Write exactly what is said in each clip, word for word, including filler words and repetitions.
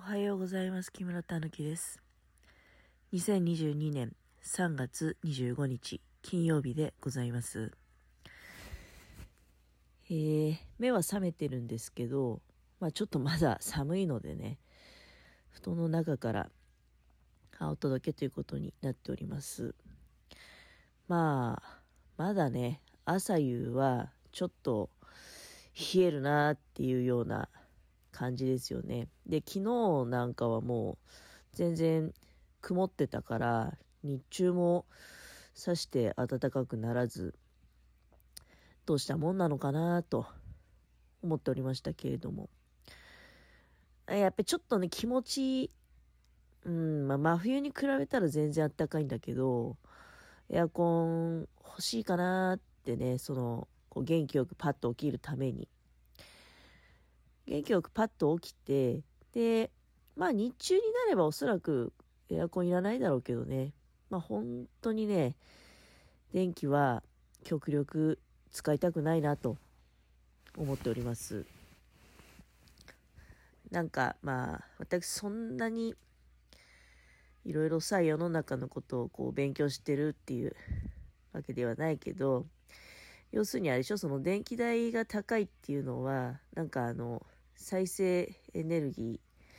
はようございます。木村たぬきです。にせんにじゅうにねんさんがつにじゅうごにち金曜日でございます。えー、目は覚めてるんですけど、まあちょっとまだ寒いのでね、布団の中からお届けということになっております。まあ、まだね、朝夕はちょっと冷えるなっていうような感じですよね。で、昨日なんかはもう全然曇ってたから、日中もさして暖かくならず、どうしたもんなのかなと思っておりましたけれども。やっぱりちょっとね、気持ち、うん、まあ真冬に比べたら全然暖かいんだけど、エアコン欲しいかなってね、その、こう元気よくパッと起きるために。元気よくパッと起きて、で、まあ日中になればおそらくエアコンいらないだろうけどね。まあ本当にね、電気は極力使いたくないなと思っております。なんかまあ私そんなにいろいろさ世の中のことをこう勉強してるっていうわけではないけど、要するにあれでしょ、その電気代が高いっていうのはなんかあの再生エネルギ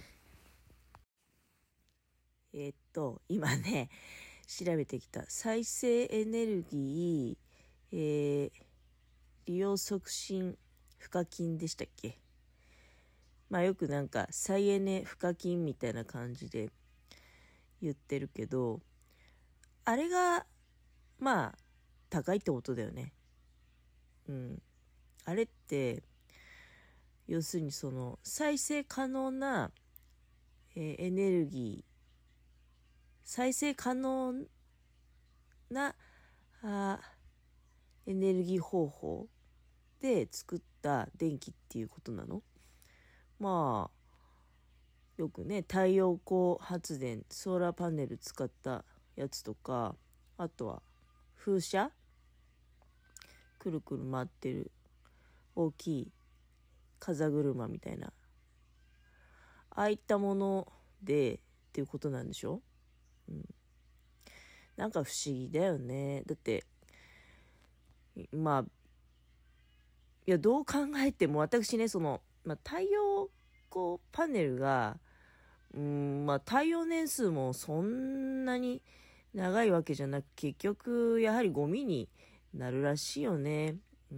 ーえー、っと今ね調べてきた再生エネルギー、えー、利用促進賦課金でしたっけ。まあよくなんか再エネ賦課金みたいな感じで言ってるけど、あれがまあ高いってことだよね。うん。あれって要するにその再生可能な、えーエネルギー、再生可能なあエネルギー方法で作った電気っていうことなの。まあよくね太陽光発電、ソーラーパネル使ったやつとか、あとは風車、くるくる回ってる大きい風車みたいな、ああいったものでっていうことなんでしょ。うん、なんか不思議だよね。だってまあいやどう考えても私ね、その、まあ、太陽光パネルがうーんまあ耐用年数もそんなに長いわけじゃなく、結局やはりゴミになるらしいよね。うん、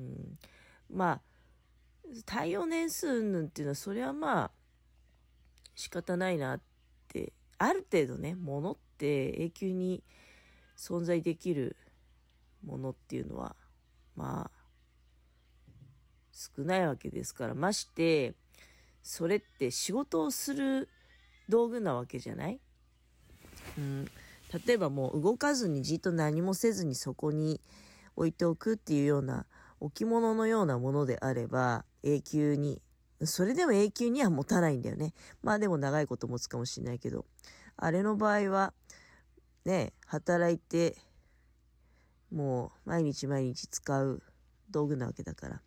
まあ耐用年数云々っていうのはそれはまあ仕方ないなって、ある程度ねものって永久に存在できるものっていうのはまあ少ないわけですから、ましてそれって仕事をする道具なわけじゃない。うん、例えばもう動かずにじっと何もせずにそこに置いておくっていうような置物のようなものであれば永久に、それでも永久には持たないんだよね。まあでも長いこと持つかもしれないけど、あれの場合はね、働いてもう毎日毎日使う道具なわけだから、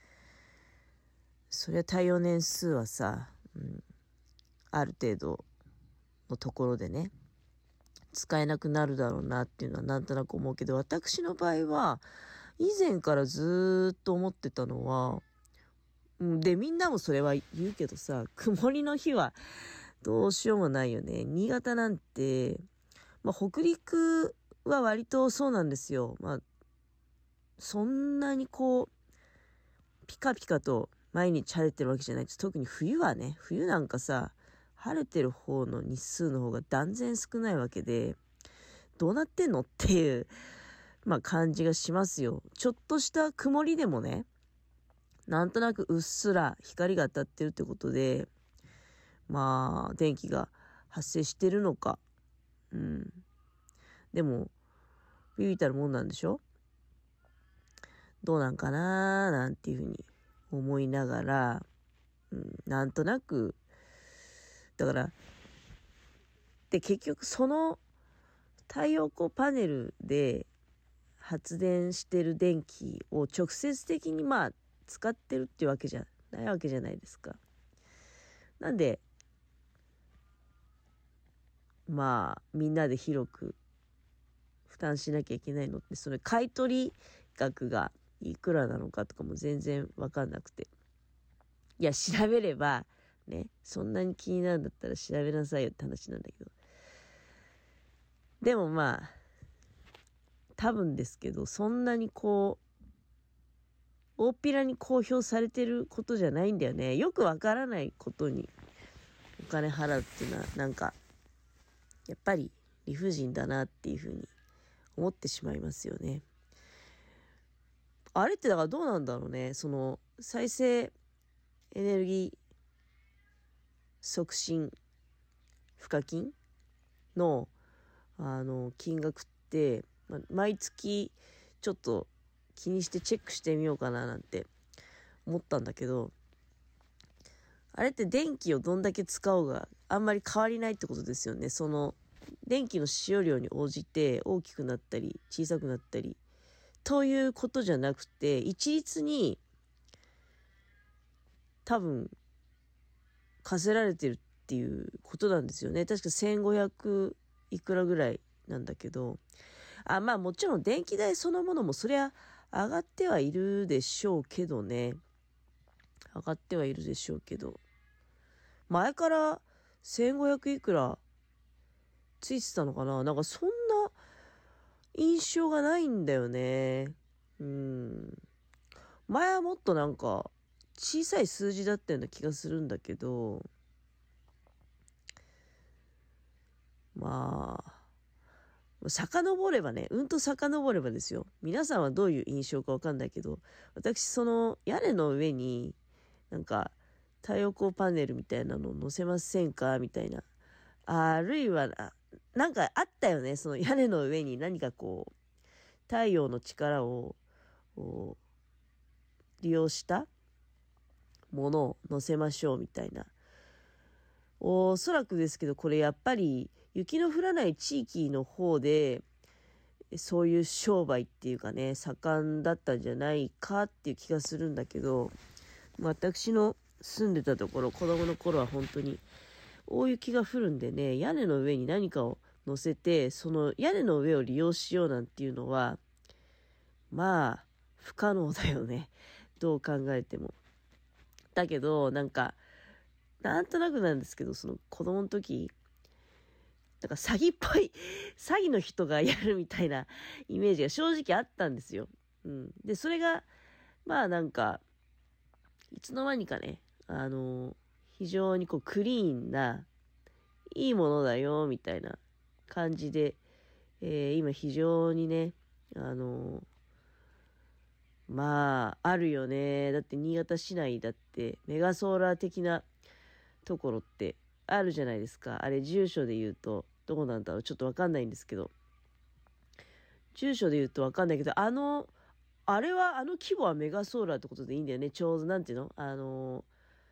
それは耐用年数はさ、うん、ある程度のところでね使えなくなるだろうなっていうのはなんとなく思うけど、私の場合は以前からずーっと思ってたのは、うん、でみんなもそれは言うけどさ、曇りの日はどうしようもないよね。新潟なんて、まあ、北陸は割とそうなんですよ。まあそんなにこうピカピカと毎日晴れてるわけじゃないです。特に冬はね、冬なんかさ晴れてる方の日数の方が断然少ないわけで、どうなってんのっていう、まあ、感じがしますよ。ちょっとした曇りでもね、なんとなくうっすら光が当たってるってことで、まあ電気が発生してるのか。うん。でもビビたるもんなんでしょ。どうなんかなーなんていうふうに思いながら、うん、なんとなくだからで結局その太陽光パネルで発電してる電気を直接的にまあ使ってるっていうわけじゃないわけじゃないですか。なんでまあみんなで広く負担しなきゃいけないのって、それ買い取り額がいくらなのかとかも全然わかんなくて、いや調べればね、そんなに気になるんだったら調べなさいよって話なんだけど、でもまあ多分ですけど、そんなにこう大っぴらに公表されてることじゃないんだよね。よくわからないことにお金払うっていうのは、なんかやっぱり理不尽だなっていうふうに思ってしまいますよね。あれってだからどうなんだろうね。その再生エネルギー促進賦課金のあの金額って、ま、毎月ちょっと気にしてチェックしてみようかななんて思ったんだけど、あれって電気をどんだけ使おうがあんまり変わりないってことですよね。その電気の使用量に応じて大きくなったり小さくなったりということじゃなくて、一律に多分課せられてるっていうことなんですよね。確かせんごひゃくいくらぐらいなんだけど、あ、まあもちろん電気代そのものもそりゃ上がってはいるでしょうけどね。上がってはいるでしょうけど、前からせんごひゃくいくらついてたのかな。なんかそんな印象がないんだよね。うん。前はもっとなんか小さい数字だったような気がするんだけど、まあ遡ればね、うんと遡ればですよ。皆さんはどういう印象かわかんないけど、私その屋根の上になんか太陽光パネルみたいなの載せませんかみたいな、あるいはな、なんかあったよね。その屋根の上に何かこう太陽の力を利用したものを載せましょうみたいな。おそらくですけど、これやっぱり雪の降らない地域の方でそういう商売っていうかね、盛んだったんじゃないかっていう気がするんだけど、私の住んでたところ、子供の頃は本当に大雪が降るんでね、屋根の上に何かを乗せてその屋根の上を利用しようなんていうのはまあ不可能だよね、どう考えても。だけどなんかなんとなくなんですけど、その子供の時なんか詐欺っぽい詐欺の人がやるみたいなイメージが正直あったんですよ。うん、でそれがまあなんかいつの間にかね、あのー、非常にこうクリーンないいものだよみたいな感じで、えー、今非常にね、あのー、まああるよね。だって新潟市内だってメガソーラー的なところってあるじゃないですか。あれ住所で言うとどこなんだろう、ちょっとわかんないんですけど、住所で言うとわかんないけど、あのあれはあの規模はメガソーラーってことでいいんだよね。ちょうどなんていうの、あの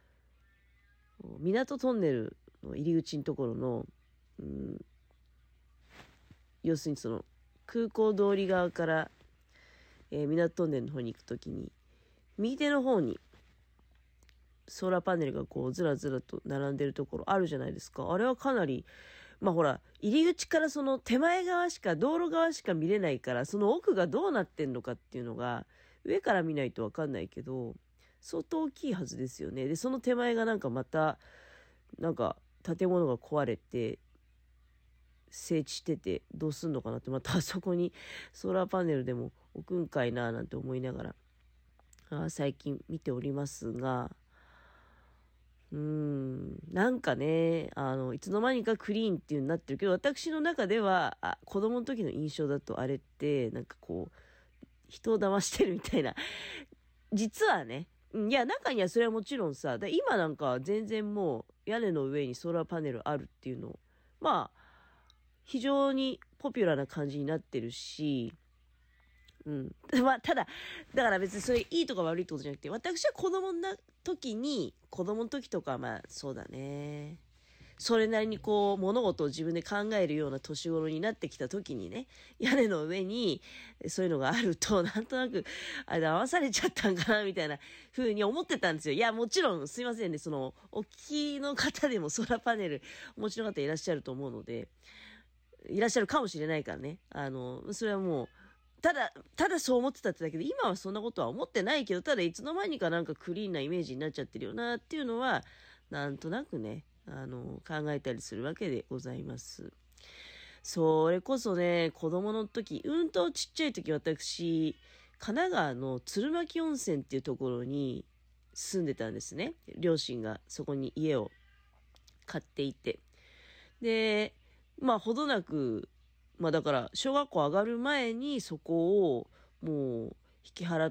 港トンネルの入り口のところの、うん、要するにその空港通り側から、えー、港トンネルの方に行くときに右手の方にソーラーパネルがこうずらずらと並んでるところあるじゃないですか。あれはかなり、まあほら入り口からその手前側しか道路側しか見れないから、その奥がどうなってんのかっていうのが上から見ないと分かんないけど相当大きいはずですよね。でその手前がなんかまたなんか建物が壊れて整地しててどうすんのかなって、またあそこにソーラーパネルでも置くんかいななんて思いながらあ最近見ておりますが、うーんなんかね、あのいつの間にかクリーンっていうになってるけど、私の中ではあ子供の時の印象だとあれってなんかこう人を騙してるみたいな実はね、いや中にはそれはもちろんさ、だ今なんか全然もう屋根の上にソーラーパネルあるっていうのまあ非常にポピュラーな感じになってるし、うん、まあただだから別にそれいいとか悪いってことじゃなくて、私は子供の時に子供の時とかまあそうだね、 それなりにこう物事を自分で考えるような年頃になってきた時にね、屋根の上にそういうのがあると、なんとなく、あれ騙されちゃったんかなみたいな風に思ってたんですよ。いや、もちろんすいませんね、その、お聞きの方でもソーラーパネルお持ちの方いらっしゃると思うので、いらっしゃるかもしれないからね。あの、それはもう、ただ、ただそう思ってたってだけで、今はそんなことは思ってないけど、ただいつの間にかなんかクリーンなイメージになっちゃってるよなっていうのは、なんとなくね、あの、考えたりするわけでございます。それこそね、子供の時、うんとちっちゃい時、私、神奈川の鶴巻温泉っていうところに住んでたんですね。両親がそこに家を買っていて。で、まあ、ほどなく、まあだから、小学校上がる前にそこをもう引き払って、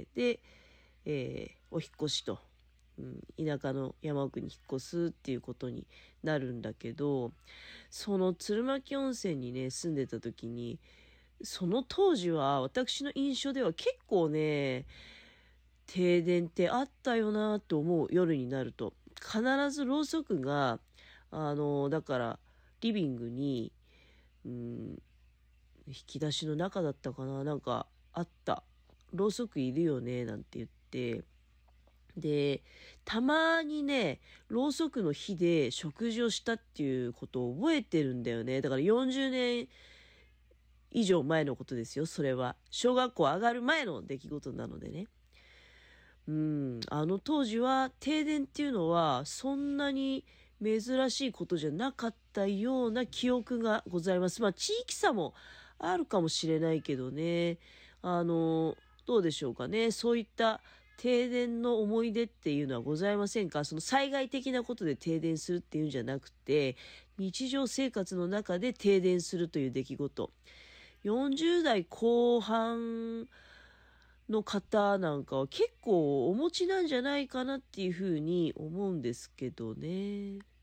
で、えーお引っ越しと、うん、田舎の山奥に引っ越すっていうことになるんだけど、その鶴巻温泉にね、住んでた時に、その当時は私の印象では結構ね、停電ってあったよなと思う、夜になると。必ずろうそくが、あの、だから、リビングに、うん、引き出しの中だったかな、なんかあった。ろうそくいるよね、なんて言って。で、たまにね、ろうそくの火で食事をしたっていうことを覚えてるんだよね。だからよんじゅうねん以上前のことですよ、それは。小学校上がる前の出来事なのでね。うん、あの当時は停電っていうのはそんなに珍しいことじゃなかったような記憶がございます。まあ地域差もあるかもしれないけどね。あの、どうでしょうかね。そういった停電の思い出っていうのはございませんか？その災害的なことで停電するっていうんじゃなくて、日常生活の中で停電するという出来事。よんじゅう代後半の方なんかは結構お持ちなんじゃないかなっていうふうに思うんですけどね。